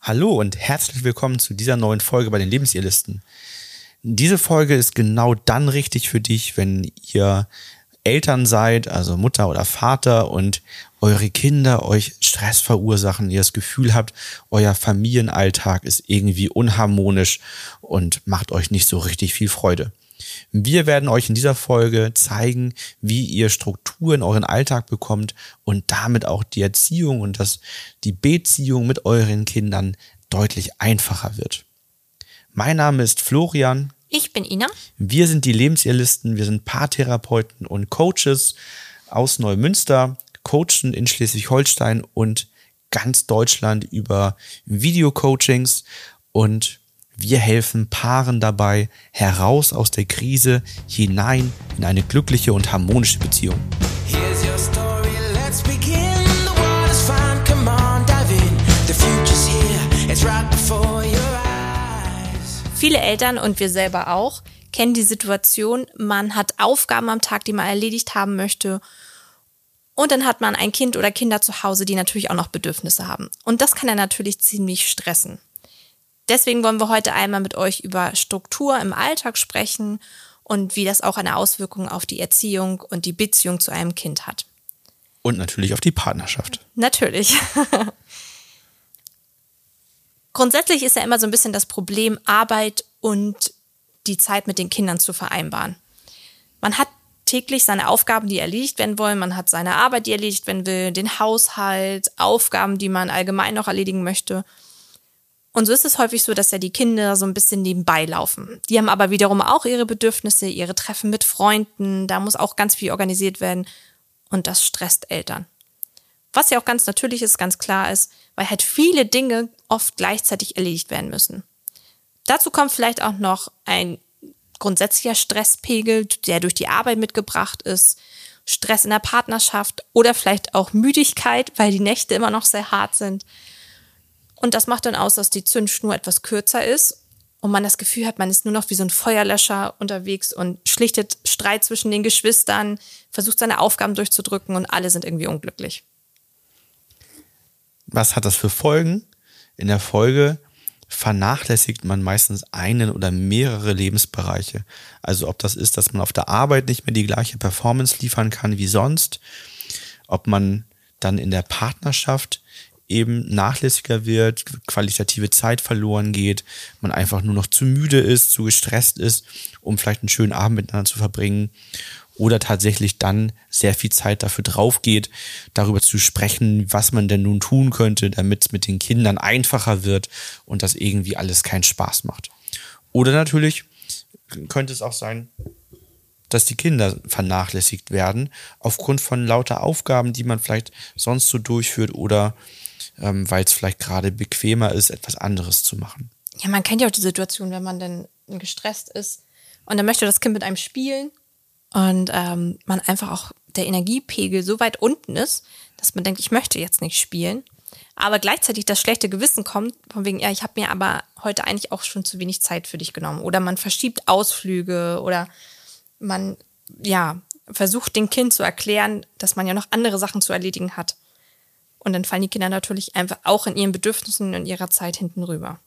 Hallo und herzlich willkommen zu dieser neuen Folge bei den Lebensirrlisten. Diese Folge ist genau dann richtig für dich, wenn ihr Eltern seid, also Mutter oder Vater, und eure Kinder euch Stress verursachen, ihr das Gefühl habt, euer Familienalltag ist irgendwie unharmonisch und macht euch nicht so richtig viel Freude. Wir werden euch in dieser Folge zeigen, wie ihr Struktur in euren Alltag bekommt und damit auch die Erziehung und die Beziehung mit euren Kindern deutlich einfacher wird. Mein Name ist Florian. Ich bin Ina. Wir sind die Lebensirrlisten, wir sind Paartherapeuten und Coaches aus Neumünster, coachen in Schleswig-Holstein und ganz Deutschland über Videocoachings, und wir helfen Paaren dabei, heraus aus der Krise hinein in eine glückliche und harmonische Beziehung. Here's your story, let's begin. The world is fine, come on, dive in. The future's here, it's right before your eyes. Viele Eltern und wir selber auch kennen die Situation, man hat Aufgaben am Tag, die man erledigt haben möchte. Und dann hat man ein Kind oder Kinder zu Hause, die natürlich auch noch Bedürfnisse haben. Und das kann ja natürlich ziemlich stressen. Deswegen wollen wir heute einmal mit euch über Struktur im Alltag sprechen und wie das auch eine Auswirkung auf die Erziehung und die Beziehung zu einem Kind hat. Und natürlich auf die Partnerschaft. Natürlich. Grundsätzlich ist ja immer so ein bisschen das Problem, Arbeit und die Zeit mit den Kindern zu vereinbaren. Man hat täglich seine Aufgaben, die erledigt werden wollen. Man hat seine Arbeit, die erledigt werden will, den Haushalt, Aufgaben, die man allgemein noch erledigen möchte. Und so ist es häufig so, dass ja die Kinder so ein bisschen nebenbei laufen. Die haben aber wiederum auch ihre Bedürfnisse, ihre Treffen mit Freunden. Da muss auch ganz viel organisiert werden. Und das stresst Eltern. Was ja auch ganz natürlich ist, ganz klar ist, weil halt viele Dinge oft gleichzeitig erledigt werden müssen. Dazu kommt vielleicht auch noch ein grundsätzlicher Stresspegel, der durch die Arbeit mitgebracht ist. Stress in der Partnerschaft oder vielleicht auch Müdigkeit, weil die Nächte immer noch sehr hart sind. Und das macht dann aus, dass die Zündschnur etwas kürzer ist und man das Gefühl hat, man ist nur noch wie so ein Feuerlöscher unterwegs und schlichtet Streit zwischen den Geschwistern, versucht seine Aufgaben durchzudrücken und alle sind irgendwie unglücklich. Was hat das für Folgen? In der Folge vernachlässigt man meistens einen oder mehrere Lebensbereiche. Also ob das ist, dass man auf der Arbeit nicht mehr die gleiche Performance liefern kann wie sonst, ob man dann in der Partnerschaft eben nachlässiger wird, qualitative Zeit verloren geht, man einfach nur noch zu müde ist, zu gestresst ist, um vielleicht einen schönen Abend miteinander zu verbringen, oder tatsächlich dann sehr viel Zeit dafür drauf geht, darüber zu sprechen, was man denn nun tun könnte, damit es mit den Kindern einfacher wird und das irgendwie alles keinen Spaß macht. Oder natürlich könnte es auch sein, dass die Kinder vernachlässigt werden aufgrund von lauter Aufgaben, die man vielleicht sonst so durchführt, oder weil es vielleicht gerade bequemer ist, etwas anderes zu machen. Ja, man kennt ja auch die Situation, wenn man dann gestresst ist und dann möchte das Kind mit einem spielen und man einfach auch der Energiepegel so weit unten ist, dass man denkt, ich möchte jetzt nicht spielen. Aber gleichzeitig das schlechte Gewissen kommt, von wegen, ja, ich habe mir aber heute eigentlich auch schon zu wenig Zeit für dich genommen. Oder man verschiebt Ausflüge oder man versucht dem Kind zu erklären, dass man ja noch andere Sachen zu erledigen hat. Und dann fallen die Kinder natürlich einfach auch in ihren Bedürfnissen und ihrer Zeit hinten rüber.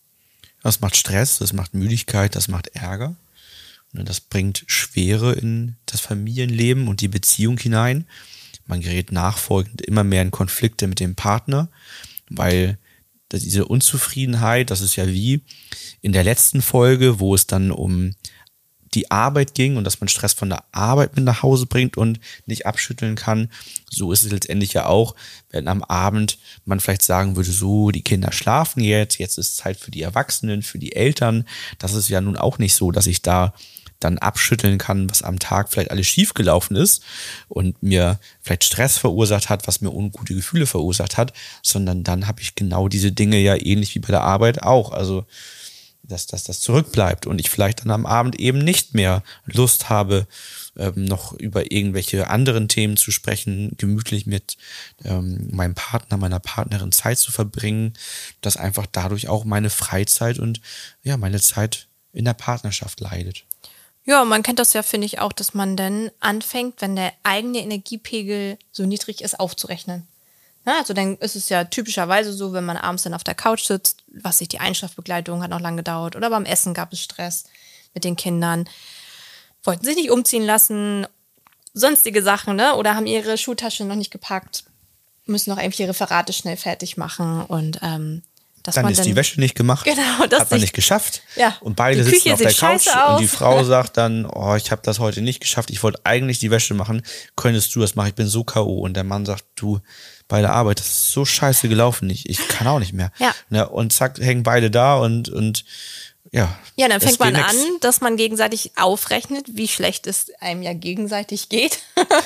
Das macht Stress, das macht Müdigkeit, das macht Ärger. Und das bringt Schwere in das Familienleben und die Beziehung hinein. Man gerät nachfolgend immer mehr in Konflikte mit dem Partner, weil diese Unzufriedenheit, das ist ja wie in der letzten Folge, wo es dann um die Arbeit ging und dass man Stress von der Arbeit mit nach Hause bringt und nicht abschütteln kann. So ist es letztendlich ja auch, wenn am Abend man vielleicht sagen würde, so, die Kinder schlafen jetzt ist Zeit für die Erwachsenen, für die Eltern. Das ist ja nun auch nicht so, dass ich da dann abschütteln kann, was am Tag vielleicht alles schiefgelaufen ist und mir vielleicht Stress verursacht hat, was mir ungute Gefühle verursacht hat, sondern dann habe ich genau diese Dinge ja ähnlich wie bei der Arbeit auch. Also dass das zurückbleibt und ich vielleicht dann am Abend eben nicht mehr Lust habe, noch über irgendwelche anderen Themen zu sprechen, gemütlich mit meinem Partner, meiner Partnerin Zeit zu verbringen, dass einfach dadurch auch meine Freizeit und ja, meine Zeit in der Partnerschaft leidet. Ja, man kennt das ja, finde ich auch, dass man dann anfängt, wenn der eigene Energiepegel so niedrig ist, aufzurechnen. Na, also dann ist es ja typischerweise so, wenn man abends dann auf der Couch sitzt, was sich die Einschlafbegleitung hat noch lange gedauert oder beim Essen gab es Stress mit den Kindern, wollten sich nicht umziehen lassen, sonstige Sachen, ne? Oder haben ihre Schultasche noch nicht gepackt, müssen noch irgendwelche Referate schnell fertig machen und dass dann man ist die Wäsche nicht gemacht, genau, das hat man nicht geschafft. Ja, und beide die sitzen Küche auf der sieht Couch scheiße und die aus. Frau sagt dann, oh, ich habe das heute nicht geschafft, ich wollte eigentlich die Wäsche machen, könntest du das machen, ich bin so K.O. Und der Mann sagt, du, bei der Arbeit, das ist so scheiße gelaufen, ich kann auch nicht mehr. Ja. Und zack, hängen beide da und ja. Ja, dann es fängt man geht an, nix. dass man gegenseitig aufrechnet, wie schlecht es einem ja gegenseitig geht.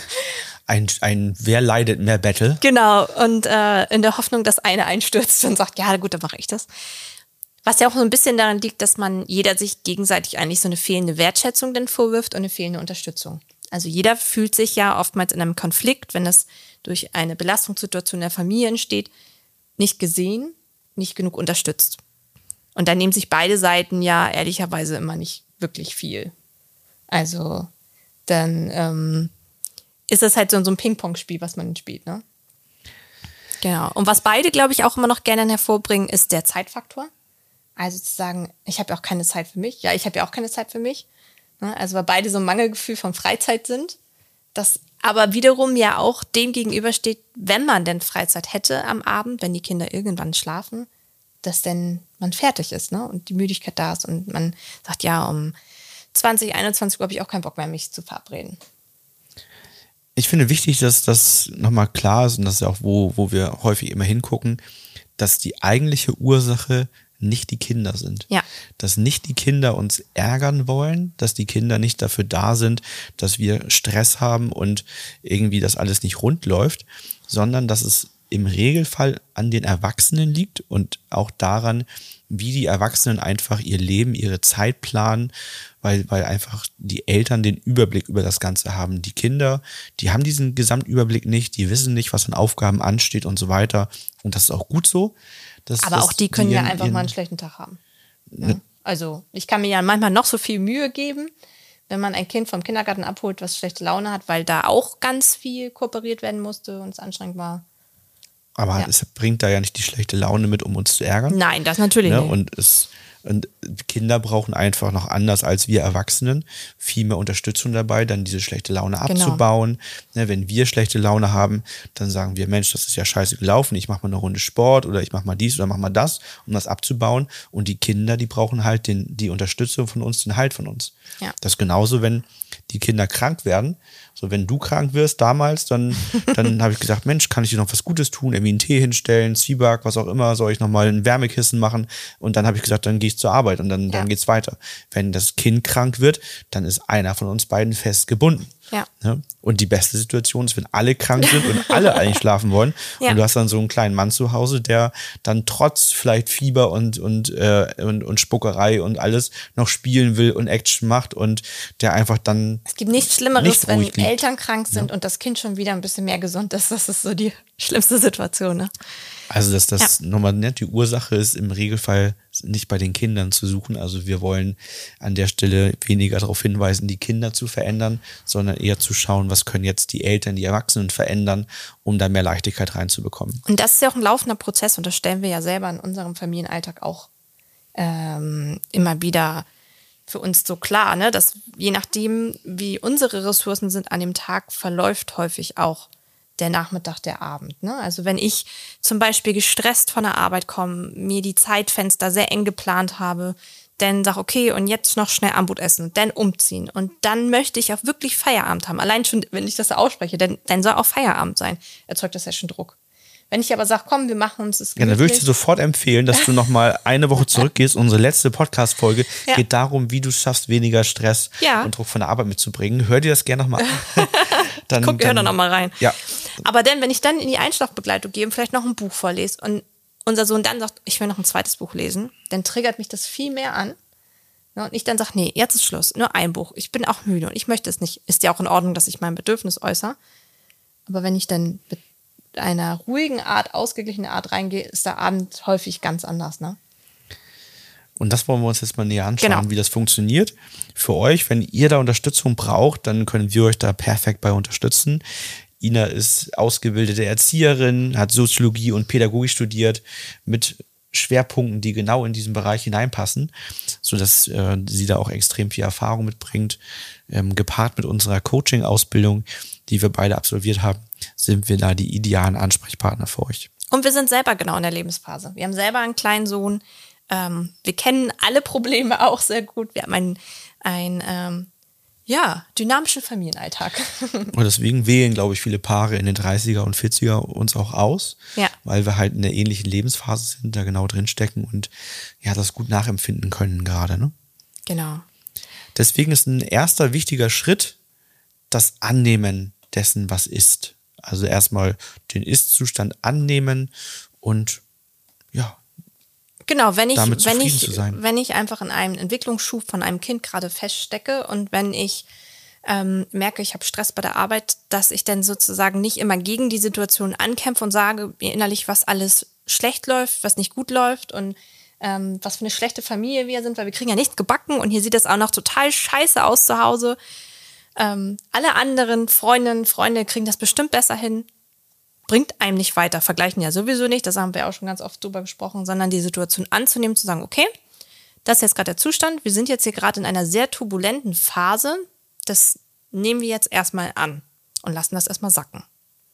Ein wer leidet mehr Battle. Genau, und in der Hoffnung, dass einer einstürzt und sagt, ja gut, dann mache ich das. Was ja auch so ein bisschen daran liegt, dass man jeder sich gegenseitig eigentlich so eine fehlende Wertschätzung dann vorwirft und eine fehlende Unterstützung. Also jeder fühlt sich ja oftmals in einem Konflikt, wenn das durch eine Belastungssituation der Familie entsteht, nicht gesehen, nicht genug unterstützt. Und dann nehmen sich beide Seiten ja ehrlicherweise immer nicht wirklich viel. Also dann ist das halt so ein Ping-Pong-Spiel, was man spielt, ne? Genau. Und was beide, glaube ich, auch immer noch gerne hervorbringen, ist der Zeitfaktor. Also zu sagen, ich habe ja auch keine Zeit für mich. Ja, ich habe ja auch keine Zeit für mich. Ne? Also weil beide so ein Mangelgefühl von Freizeit sind. Das aber wiederum ja auch dem gegenübersteht, wenn man denn Freizeit hätte am Abend, wenn die Kinder irgendwann schlafen, dass denn man fertig ist, ne? Und die Müdigkeit da ist und man sagt, ja, um 20, 21 Uhr habe ich auch keinen Bock mehr, mich zu verabreden. Ich finde wichtig, dass das nochmal klar ist und das ist ja auch, wo wir häufig immer hingucken, dass die eigentliche Ursache nicht die Kinder sind. Ja. Dass nicht die Kinder uns ärgern wollen, dass die Kinder nicht dafür da sind, dass wir Stress haben und irgendwie das alles nicht rund läuft, sondern dass es im Regelfall an den Erwachsenen liegt und auch daran, wie die Erwachsenen einfach ihr Leben, ihre Zeit planen, weil einfach die Eltern den Überblick über das Ganze haben. Die Kinder, die haben diesen Gesamtüberblick nicht, die wissen nicht, was an Aufgaben ansteht und so weiter. Und das ist auch gut so. Aber auch die können ja einfach mal einen schlechten Tag haben. Ja? Also ich kann mir ja manchmal noch so viel Mühe geben, wenn man ein Kind vom Kindergarten abholt, was schlechte Laune hat, weil da auch ganz viel kooperiert werden musste und es anstrengend war. Aber Ja. es bringt da ja nicht die schlechte Laune mit, um uns zu ärgern. Nein, das natürlich Ne? nicht. Und Kinder brauchen einfach noch anders als wir Erwachsenen viel mehr Unterstützung dabei, dann diese schlechte Laune abzubauen. Ne, wenn wir schlechte Laune haben, dann sagen wir, Mensch, das ist ja scheiße gelaufen, ich mache mal eine Runde Sport oder ich mache mal dies oder mach mal das, um das abzubauen. Und die Kinder, die brauchen halt die Unterstützung von uns, den Halt von uns. Ja. Das ist genauso, wenn die Kinder krank werden. So, wenn du krank wirst damals, dann habe ich gesagt, Mensch, kann ich dir noch was Gutes tun? Irgendwie einen Tee hinstellen, Zwieback, was auch immer, soll ich nochmal ein Wärmekissen machen? Und dann habe ich gesagt, dann gehe ich zur Arbeit und dann geht's weiter. Wenn das Kind krank wird, dann ist einer von uns beiden fest gebunden. Ja. Ne? Und die beste Situation ist, wenn alle krank sind und alle eigentlich schlafen wollen. Ja. Und du hast dann so einen kleinen Mann zu Hause, der dann trotz vielleicht Fieber und Spuckerei und alles noch spielen will und Action macht und der einfach dann Es gibt nichts Schlimmeres, nicht wenn ruhig liegt. Eltern krank sind und das Kind schon wieder ein bisschen mehr gesund ist. Das ist so die schlimmste Situation. Ne? Also das nochmal, ne, die Ursache ist im Regelfall nicht bei den Kindern zu suchen. Also wir wollen an der Stelle weniger darauf hinweisen, die Kinder zu verändern, sondern eher zu schauen, was können jetzt die Eltern, die Erwachsenen verändern, um da mehr Leichtigkeit reinzubekommen. Und das ist ja auch ein laufender Prozess und das stellen wir ja selber in unserem Familienalltag auch immer wieder für uns so klar, ne? Dass je nachdem, wie unsere Ressourcen sind an dem Tag, verläuft häufig auch der Nachmittag, der Abend. Ne? Also wenn ich zum Beispiel gestresst von der Arbeit komme, mir die Zeitfenster sehr eng geplant habe, dann sag okay, und jetzt noch schnell Abendbrot essen und dann umziehen. Und dann möchte ich auch wirklich Feierabend haben. Allein schon, wenn ich das so ausspreche, dann soll auch Feierabend sein. Erzeugt das ja schon Druck. Wenn ich aber sage, komm, wir machen uns das Ja, dann würde ich dir sofort empfehlen, dass du nochmal eine Woche zurückgehst. Unsere letzte Podcast-Folge geht darum, wie du es schaffst, weniger Stress und Druck von der Arbeit mitzubringen. Hör dir das gerne nochmal an. Hör da nochmal rein. Ja. Aber dann, wenn ich dann in die Einschlafbegleitung gehe und vielleicht noch ein Buch vorlese und unser Sohn dann sagt, ich will noch ein zweites Buch lesen, dann triggert mich das viel mehr an. Und ich dann sage, nee, jetzt ist Schluss, nur ein Buch. Ich bin auch müde und ich möchte es nicht. Ist ja auch in Ordnung, dass ich mein Bedürfnis äußere. Aber wenn ich dann mit einer ruhigen Art, ausgeglichene Art reingehe, ist der Abend häufig ganz anders, ne? Und das wollen wir uns jetzt mal näher anschauen, Genau. wie das funktioniert. Für euch, wenn ihr da Unterstützung braucht, dann können wir euch da perfekt bei unterstützen. Ina ist ausgebildete Erzieherin, hat Soziologie und Pädagogik studiert mit Schwerpunkten, die genau in diesen Bereich hineinpassen, sodass sie da auch extrem viel Erfahrung mitbringt. Gepaart mit unserer Coaching-Ausbildung, die wir beide absolviert haben, sind wir da die idealen Ansprechpartner für euch. Und wir sind selber genau in der Lebensphase. Wir haben selber einen kleinen Sohn. Wir kennen alle Probleme auch sehr gut. Wir haben einen dynamischen Familienalltag. Und deswegen wählen, glaube ich, viele Paare in den 30er und 40er uns auch aus, weil wir halt in der ähnlichen Lebensphase sind, da genau drin stecken und ja, das gut nachempfinden können gerade. Ne? Genau. Deswegen ist ein erster wichtiger Schritt das Annehmen dessen, was ist. Also erstmal den Ist-Zustand annehmen und ja, genau, wenn zufrieden zu sein. Wenn ich einfach in einem Entwicklungsschub von einem Kind gerade feststecke und wenn ich merke, ich habe Stress bei der Arbeit, dass ich dann sozusagen nicht immer gegen die Situation ankämpfe und sage mir innerlich, was alles schlecht läuft, was nicht gut läuft und was für eine schlechte Familie wir sind, weil wir kriegen ja nichts gebacken und hier sieht es auch noch total scheiße aus zu Hause. Alle anderen Freunde kriegen das bestimmt besser hin. Bringt einem nicht weiter. Vergleichen ja sowieso nicht, das haben wir auch schon ganz oft drüber gesprochen, sondern die Situation anzunehmen, zu sagen, okay, das ist jetzt gerade der Zustand, wir sind jetzt hier gerade in einer sehr turbulenten Phase, das nehmen wir jetzt erstmal an und lassen das erstmal sacken.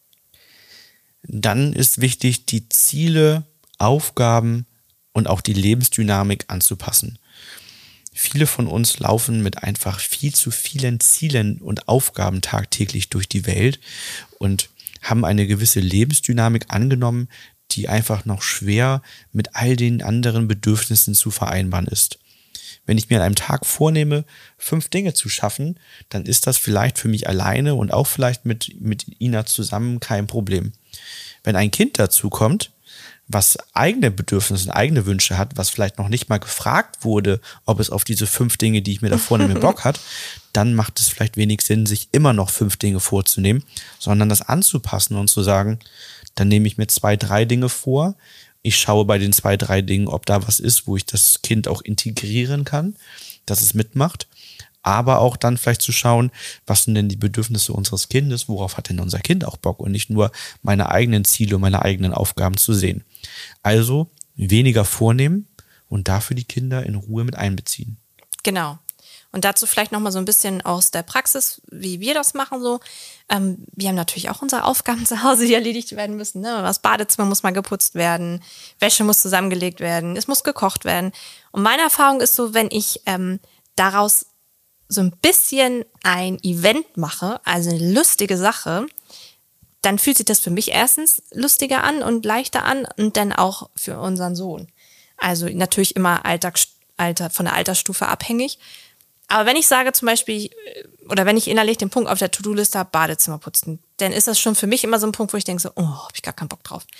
Dann ist wichtig, die Ziele, Aufgaben und auch die Lebensdynamik anzupassen. Viele von uns laufen mit einfach viel zu vielen Zielen und Aufgaben tagtäglich durch die Welt und haben eine gewisse Lebensdynamik angenommen, die einfach noch schwer mit all den anderen Bedürfnissen zu vereinbaren ist. Wenn ich mir an einem Tag vornehme, 5 Dinge zu schaffen, dann ist das vielleicht für mich alleine und auch vielleicht mit Ina zusammen kein Problem. Wenn ein Kind dazu kommt, was eigene Bedürfnisse und eigene Wünsche hat, was vielleicht noch nicht mal gefragt wurde, ob es auf diese 5 Dinge, die ich mir da vornehme, Bock hat, dann macht es vielleicht wenig Sinn, sich immer noch 5 Dinge vorzunehmen, sondern das anzupassen und zu sagen, dann nehme ich mir 2, 3 Dinge vor. Ich schaue bei den 2, 3 Dingen, ob da was ist, wo ich das Kind auch integrieren kann, dass es mitmacht. Aber auch dann vielleicht zu schauen, was sind denn die Bedürfnisse unseres Kindes, worauf hat denn unser Kind auch Bock und nicht nur meine eigenen Ziele und meine eigenen Aufgaben zu sehen. Also weniger vornehmen und dafür die Kinder in Ruhe mit einbeziehen. Genau. Und dazu vielleicht nochmal so ein bisschen aus der Praxis, wie wir das machen so. Wir haben natürlich auch unsere Aufgaben zu Hause, die erledigt werden müssen. Ne? Das Badezimmer muss mal geputzt werden, Wäsche muss zusammengelegt werden, es muss gekocht werden. Und meine Erfahrung ist so, wenn ich daraus so ein bisschen ein Event mache, also eine lustige Sache, dann fühlt sich das für mich erstens lustiger an und leichter an und dann auch für unseren Sohn. Also natürlich immer von der Altersstufe abhängig. Aber wenn ich sage zum Beispiel, oder wenn ich innerlich den Punkt auf der To-Do-Liste habe, Badezimmer putzen, dann ist das schon für mich immer so ein Punkt, wo ich denke so, oh, habe ich gar keinen Bock drauf.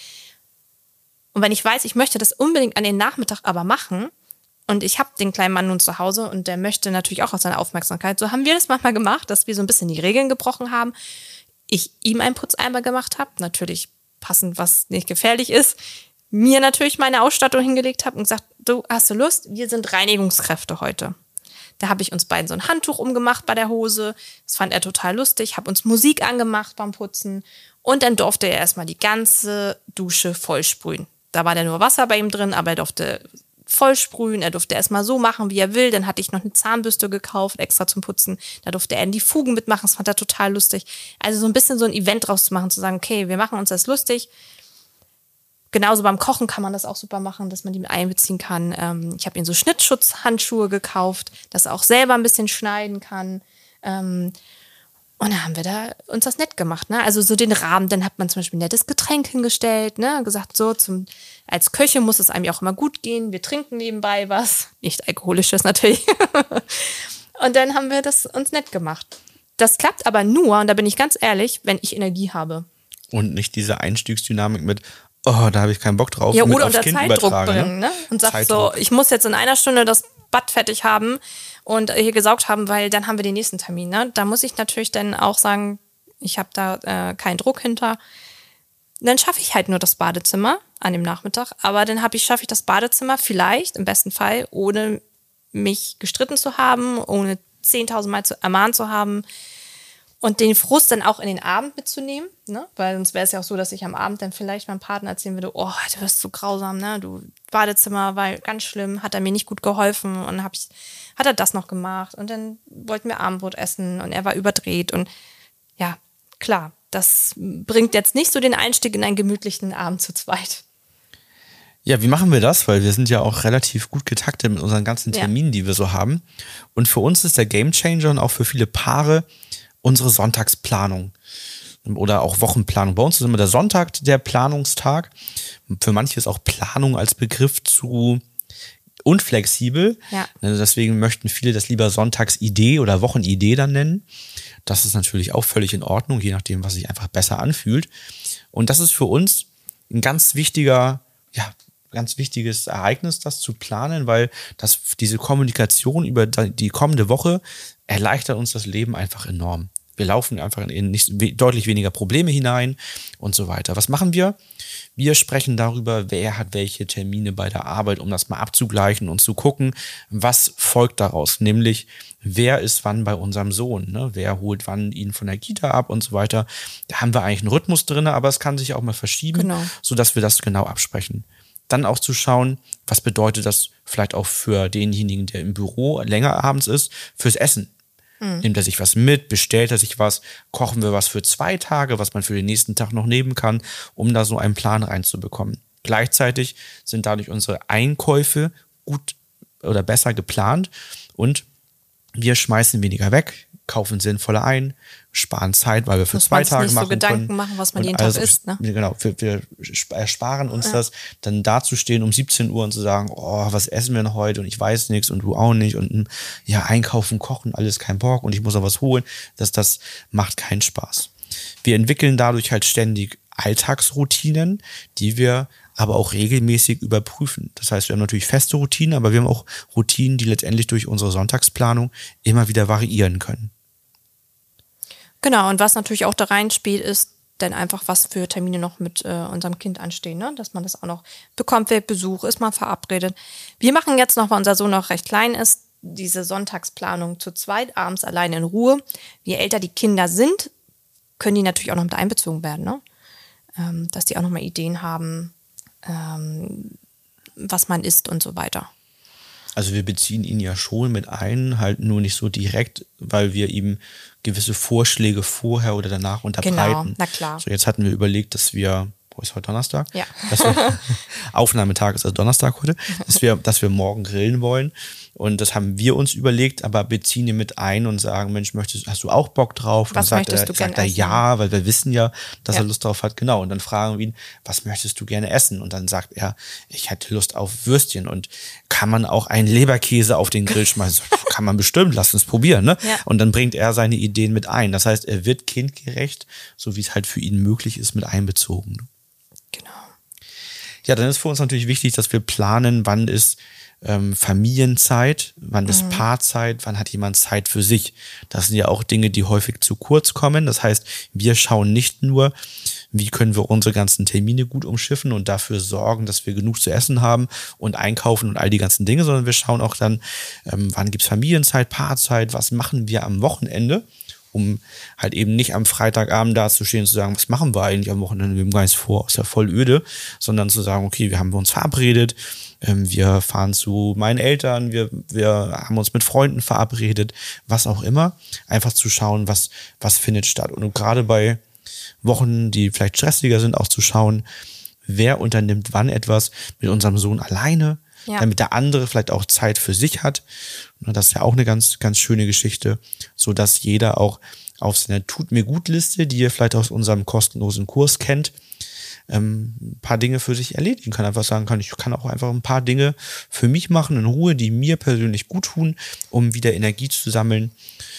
Und wenn ich weiß, ich möchte das unbedingt an den Nachmittag aber machen und ich habe den kleinen Mann nun zu Hause und der möchte natürlich auch seine Aufmerksamkeit, so haben wir das manchmal gemacht, dass wir so ein bisschen die Regeln gebrochen haben. Ich ihm einen Putzeimer gemacht habe, natürlich passend, was nicht gefährlich ist, mir natürlich meine Ausstattung hingelegt habe und gesagt, du, hast du Lust? Wir sind Reinigungskräfte heute. Da habe ich uns beiden so ein Handtuch umgemacht bei der Hose. Das fand er total lustig. Habe uns Musik angemacht beim Putzen. Und dann durfte er erstmal die ganze Dusche vollsprühen. Da war dann nur Wasser bei ihm drin, aber er durfte vollsprühen. Er durfte erstmal so machen, wie er will. Dann hatte ich noch eine Zahnbürste gekauft, extra zum Putzen. Da durfte er in die Fugen mitmachen. Das fand er total lustig. Also so ein bisschen so ein Event draus zu machen, zu sagen, okay, wir machen uns das lustig. Genauso beim Kochen kann man das auch super machen, dass man die mit einbeziehen kann. Ich habe ihm so Schnittschutzhandschuhe gekauft, dass er auch selber ein bisschen schneiden kann. Und dann haben wir uns das nett gemacht. Ne? Also so den Rahmen, dann hat man zum Beispiel ein nettes Getränk hingestellt, ne? Gesagt, so als Köche muss es einem ja auch immer gut gehen. Wir trinken nebenbei was, nicht alkoholisches natürlich. Und dann haben wir das uns nett gemacht. Das klappt aber nur, und da bin ich ganz ehrlich, wenn ich Energie habe. Und nicht diese Einstiegsdynamik mit, oh, da habe ich keinen Bock drauf. Ja, oder unter Zeitdruck bringen, ne? Und sagt so, ich muss jetzt in einer Stunde das Bad fertig haben und hier gesaugt haben, weil dann haben wir den nächsten Termin, ne? Da muss ich natürlich dann auch sagen, ich habe da keinen Druck hinter. Dann schaffe ich halt nur das Badezimmer an dem Nachmittag, aber dann schaffe ich das Badezimmer vielleicht, im besten Fall, ohne mich gestritten zu haben, ohne 10.000 Mal ermahnt zu haben. Und den Frust dann auch in den Abend mitzunehmen, ne? Weil sonst wäre es ja auch so, dass ich am Abend dann vielleicht meinem Partner erzählen würde, oh, du bist so grausam, ne? Du, Badezimmer war ganz schlimm, hat er mir nicht gut geholfen und hat er das noch gemacht und dann wollten wir Abendbrot essen und er war überdreht und ja, klar, das bringt jetzt nicht so den Einstieg in einen gemütlichen Abend zu zweit. Ja, wie machen wir das? Weil wir sind ja auch relativ gut getaktet mit unseren ganzen Terminen, die wir so haben. Und für uns ist der Gamechanger und auch für viele Paare unsere Sonntagsplanung oder auch Wochenplanung. Bei uns ist immer der Sonntag der Planungstag. Für manche ist auch Planung als Begriff zu unflexibel. Ja. Deswegen möchten viele das lieber Sonntagsidee oder Wochenidee dann nennen. Das ist natürlich auch völlig in Ordnung, je nachdem, was sich einfach besser anfühlt. Und das ist für uns ein ganz wichtiges Ereignis, das zu planen, weil diese Kommunikation über die kommende Woche erleichtert uns das Leben einfach enorm. Wir laufen einfach in deutlich weniger Probleme hinein und so weiter. Was machen wir? Wir sprechen darüber, wer hat welche Termine bei der Arbeit, um das mal abzugleichen und zu gucken, was folgt daraus. Nämlich, wer ist wann bei unserem Sohn, ne? Wer holt wann ihn von der Kita ab und so weiter. Da haben wir eigentlich einen Rhythmus drin, aber es kann sich auch mal verschieben, sodass wir das genau absprechen. Dann auch zu schauen, was bedeutet das vielleicht auch für denjenigen, der im Büro länger abends ist, fürs Essen. Nimmt er sich was mit, bestellt er sich was, kochen wir was für 2 Tage, was man für den nächsten Tag noch nehmen kann, um da so einen Plan reinzubekommen. Gleichzeitig sind dadurch unsere Einkäufe gut oder besser geplant und wir schmeißen weniger weg, kaufen sinnvoller ein, sparen Zeit, weil wir für 2 Tage machen können. Gedanken machen, was man jeden Tag isst. Ne? Genau, wir ersparen uns das, dann dazustehen um 17 Uhr und zu sagen, oh, was essen wir denn heute und ich weiß nichts und du auch nicht und ja, einkaufen, kochen, alles kein Bock und ich muss auch was holen. Das macht keinen Spaß. Wir entwickeln dadurch halt ständig Alltagsroutinen, die wir aber auch regelmäßig überprüfen. Das heißt, wir haben natürlich feste Routinen, aber wir haben auch Routinen, die letztendlich durch unsere Sonntagsplanung immer wieder variieren können. Genau, und was natürlich auch da reinspielt, ist dann einfach, was für Termine noch mit unserem Kind anstehen, ne? Dass man das auch noch bekommt, wer Besuch ist, mal verabredet. Wir machen jetzt noch, weil unser Sohn noch recht klein ist, diese Sonntagsplanung zu zweit, abends alleine in Ruhe. Je älter die Kinder sind, können die natürlich auch noch mit einbezogen werden, ne? Dass die auch noch mal Ideen haben, was man isst und so weiter. Also wir beziehen ihn ja schon mit ein, halt nur nicht so direkt, weil wir ihm gewisse Vorschläge vorher oder danach unterbreiten. Genau, na klar. So, jetzt hatten wir überlegt, dass wir, ist heute Donnerstag? Ja. Aufnahmetag ist also Donnerstag heute, dass wir morgen grillen wollen. Und das haben wir uns überlegt, aber beziehen ihn mit ein und sagen, Mensch, hast du auch Bock drauf? Und was dann möchtest du gerne sagt er essen? Ja, weil wir wissen ja, dass er Lust drauf hat. Genau. Und dann fragen wir ihn, was möchtest du gerne essen? Und dann sagt er, ich hätte Lust auf Würstchen. Und kann man auch einen Leberkäse auf den Grill schmeißen? Kann man bestimmt, lass uns probieren. Ne? Ja. Und dann bringt er seine Ideen mit ein. Das heißt, er wird kindgerecht, so wie es halt für ihn möglich ist, mit einbezogen. Genau. Ja, dann ist für uns natürlich wichtig, dass wir planen, wann ist Familienzeit, wann ist Paarzeit, wann hat jemand Zeit für sich. Das sind ja auch Dinge, die häufig zu kurz kommen. Das heißt, wir schauen nicht nur, wie können wir unsere ganzen Termine gut umschiffen und dafür sorgen, dass wir genug zu essen haben und einkaufen und all die ganzen Dinge, sondern wir schauen auch dann, wann gibt's Familienzeit, Paarzeit, was machen wir am Wochenende, um halt eben nicht am Freitagabend dazustehen und zu sagen, was machen wir eigentlich am Wochenende, wir haben gar nichts vor, ist ja voll öde, sondern zu sagen, okay, wir haben uns verabredet, wir fahren zu meinen Eltern, wir haben uns mit Freunden verabredet, was auch immer, einfach zu schauen, was findet statt. Und gerade bei Wochen, die vielleicht stressiger sind, auch zu schauen, wer unternimmt wann etwas mit unserem Sohn alleine, damit der andere vielleicht auch Zeit für sich hat. Und das ist ja auch eine ganz, ganz schöne Geschichte, so dass jeder auch auf seiner Tut-mir-gut-Liste, die ihr vielleicht aus unserem kostenlosen Kurs kennt, ein paar Dinge für sich erledigen kann. Einfach sagen kann, ich kann auch einfach ein paar Dinge für mich machen, in Ruhe, die mir persönlich gut tun, um wieder Energie zu sammeln,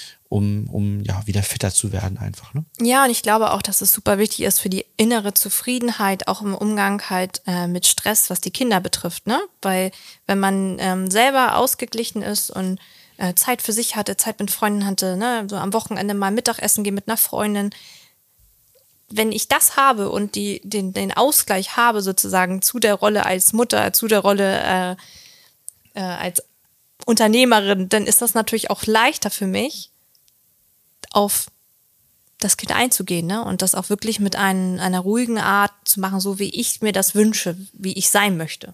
um wieder fitter zu werden einfach. Ne? Ja, und ich glaube auch, dass es super wichtig ist für die innere Zufriedenheit, auch im Umgang halt mit Stress, was die Kinder betrifft. Ne? Weil wenn man selber ausgeglichen ist und Zeit für sich hatte, Zeit mit Freunden hatte, ne? So am Wochenende mal Mittagessen gehen mit einer Freundin. Wenn ich das habe und den Ausgleich habe sozusagen zu der Rolle als Mutter, zu der Rolle als Unternehmerin, dann ist das natürlich auch leichter für mich, auf das Kind einzugehen, ne? Und das auch wirklich mit einer ruhigen Art zu machen, so wie ich mir das wünsche, wie ich sein möchte.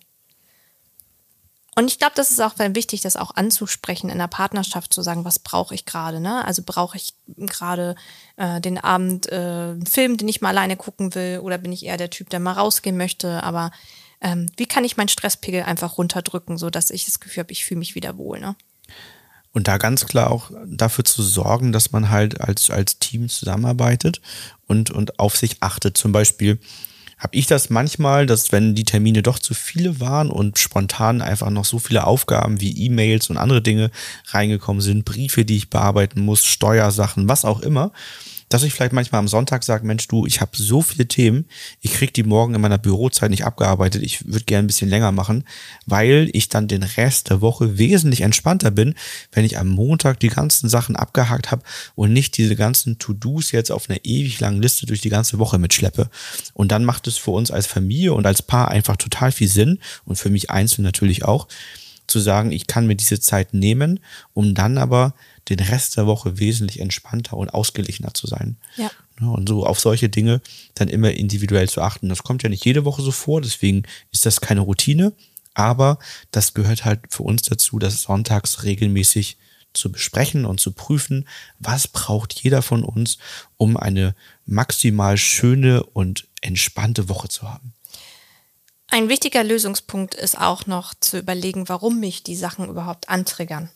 Und ich glaube, das ist auch wichtig, das auch anzusprechen in der Partnerschaft, zu sagen, was brauche ich gerade, ne? Also brauche ich gerade den Abend einen Film, den ich mal alleine gucken will, oder bin ich eher der Typ, der mal rausgehen möchte, aber wie kann ich meinen Stresspegel einfach runterdrücken, sodass ich das Gefühl habe, ich fühle mich wieder wohl, ne? Und da ganz klar auch dafür zu sorgen, dass man halt als Team zusammenarbeitet und auf sich achtet. Zum Beispiel habe ich das manchmal, dass wenn die Termine doch zu viele waren und spontan einfach noch so viele Aufgaben wie E-Mails und andere Dinge reingekommen sind, Briefe, die ich bearbeiten muss, Steuersachen, was auch immer, dass ich vielleicht manchmal am Sonntag sage, Mensch du, ich habe so viele Themen, ich kriege die morgen in meiner Bürozeit nicht abgearbeitet, ich würde gerne ein bisschen länger machen, weil ich dann den Rest der Woche wesentlich entspannter bin, wenn ich am Montag die ganzen Sachen abgehakt habe und nicht diese ganzen To-Dos jetzt auf einer ewig langen Liste durch die ganze Woche mitschleppe. Und dann macht es für uns als Familie und als Paar einfach total viel Sinn und für mich einzeln natürlich auch, zu sagen, ich kann mir diese Zeit nehmen, um dann aber den Rest der Woche wesentlich entspannter und ausgeglichener zu sein. Ja. Und so auf solche Dinge dann immer individuell zu achten. Das kommt ja nicht jede Woche so vor, deswegen ist das keine Routine, aber das gehört halt für uns dazu, das sonntags regelmäßig zu besprechen und zu prüfen, was braucht jeder von uns, um eine maximal schöne und entspannte Woche zu haben. Ein wichtiger Lösungspunkt ist auch noch zu überlegen, warum mich die Sachen überhaupt antriggern.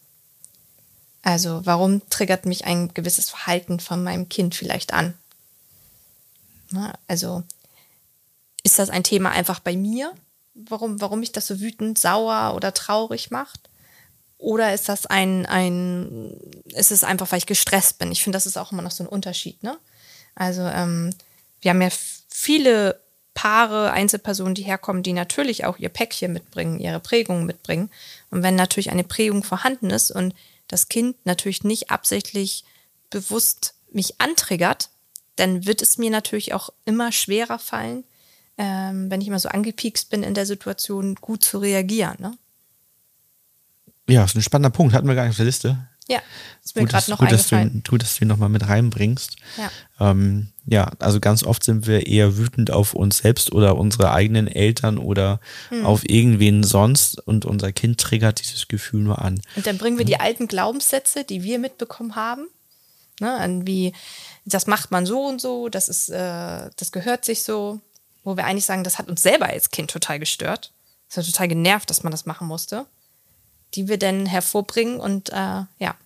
Also warum triggert mich ein gewisses Verhalten von meinem Kind vielleicht an? Na, also ist das ein Thema einfach bei mir, warum mich das so wütend, sauer oder traurig macht? Oder ist das ist es einfach, weil ich gestresst bin? Ich finde, das ist auch immer noch so ein Unterschied, ne? Also wir haben ja viele Paare, Einzelpersonen, die herkommen, die natürlich auch ihr Päckchen mitbringen, ihre Prägungen mitbringen. Und wenn natürlich eine Prägung vorhanden ist und das Kind natürlich nicht absichtlich bewusst mich antriggert, dann wird es mir natürlich auch immer schwerer fallen, wenn ich immer so angepiekst bin in der Situation, gut zu reagieren. Ne? Ja, das ist ein spannender Punkt, hatten wir gar nicht auf der Liste. Ja, ist mir gerade noch eingefallen. Gut, dass du ihn nochmal mit reinbringst. Ja. Also ganz oft sind wir eher wütend auf uns selbst oder unsere eigenen Eltern oder auf irgendwen sonst und unser Kind triggert dieses Gefühl nur an. Und dann bringen wir die alten Glaubenssätze, die wir mitbekommen haben, ne, an wie, das macht man so und so, das gehört sich so, wo wir eigentlich sagen, das hat uns selber als Kind total gestört. Das hat total genervt, dass man das machen musste. Die wir dann hervorbringen und ja.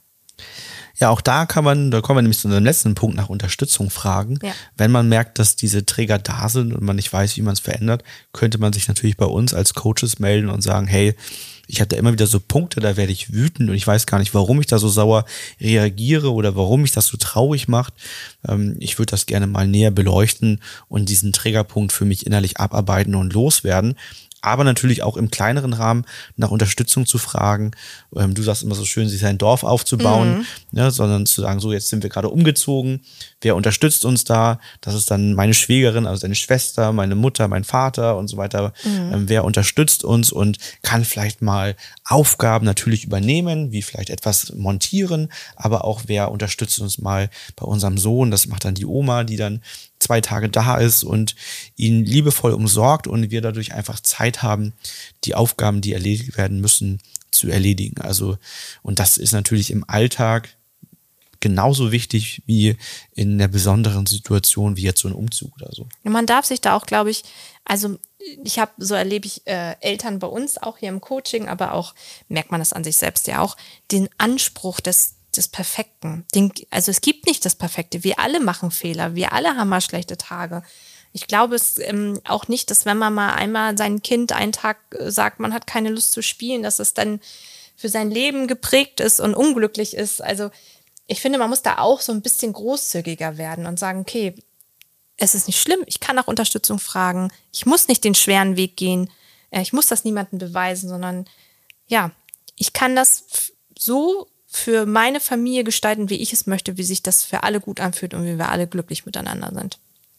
Ja, auch da kommen wir nämlich zu unserem letzten Punkt nach Unterstützung fragen. Ja. Wenn man merkt, dass diese Trigger da sind und man nicht weiß, wie man es verändert, könnte man sich natürlich bei uns als Coaches melden und sagen, hey, ich habe da immer wieder so Punkte, da werde ich wütend und ich weiß gar nicht, warum ich da so sauer reagiere oder warum mich das so traurig macht. Ich würde das gerne mal näher beleuchten und diesen Triggerpunkt für mich innerlich abarbeiten und loswerden. Aber natürlich auch im kleineren Rahmen nach Unterstützung zu fragen. Du sagst immer so schön, sich sein Dorf aufzubauen, ne, sondern zu sagen, so jetzt sind wir gerade umgezogen, wer unterstützt uns da? Das ist dann meine Schwägerin, also seine Schwester, meine Mutter, mein Vater und so weiter. Wer unterstützt uns und kann vielleicht mal Aufgaben natürlich übernehmen, wie vielleicht etwas montieren, aber auch wer unterstützt uns mal bei unserem Sohn, das macht dann die Oma, die dann 2 Tage da ist und ihn liebevoll umsorgt und wir dadurch einfach Zeit haben, die Aufgaben, die erledigt werden müssen, zu erledigen. Also, und das ist natürlich im Alltag genauso wichtig wie in der besonderen Situation wie jetzt so ein Umzug oder so. Ja, man darf sich da auch, glaube ich, also so erlebe ich Eltern bei uns auch hier im Coaching, aber auch, merkt man das an sich selbst ja auch, den Anspruch des Perfekten. Also es gibt nicht das Perfekte. Wir alle machen Fehler. Wir alle haben mal schlechte Tage. Ich glaube es auch nicht, dass wenn man mal einmal sein Kind einen Tag sagt, man hat keine Lust zu spielen, dass es dann für sein Leben geprägt ist und unglücklich ist. Also ich finde, man muss da auch so ein bisschen großzügiger werden und sagen, okay, es ist nicht schlimm. Ich kann nach Unterstützung fragen. Ich muss nicht den schweren Weg gehen. Ich muss das niemandem beweisen, sondern ja, ich kann das so für meine Familie gestalten, wie ich es möchte, wie sich das für alle gut anfühlt und wie wir alle glücklich miteinander sind.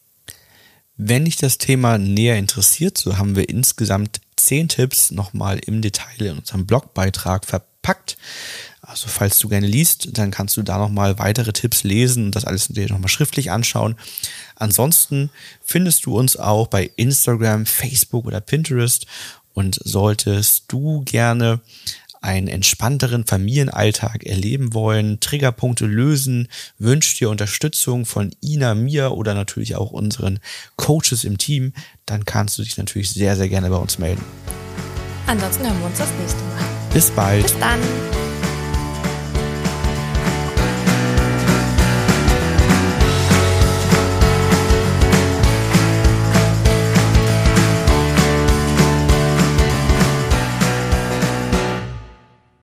Wenn dich das Thema näher interessiert, so haben wir insgesamt 10 Tipps nochmal im Detail in unserem Blogbeitrag verpackt. Also falls du gerne liest, dann kannst du da nochmal weitere Tipps lesen und das alles dir nochmal schriftlich anschauen. Ansonsten findest du uns auch bei Instagram, Facebook oder Pinterest. Und solltest du gerne einen entspannteren Familienalltag erleben wollen, Triggerpunkte lösen, wünschst dir Unterstützung von Ina, mir oder natürlich auch unseren Coaches im Team, dann kannst du dich natürlich sehr, sehr gerne bei uns melden. Ansonsten hören wir uns das nächste Mal. Bis bald. Bis dann.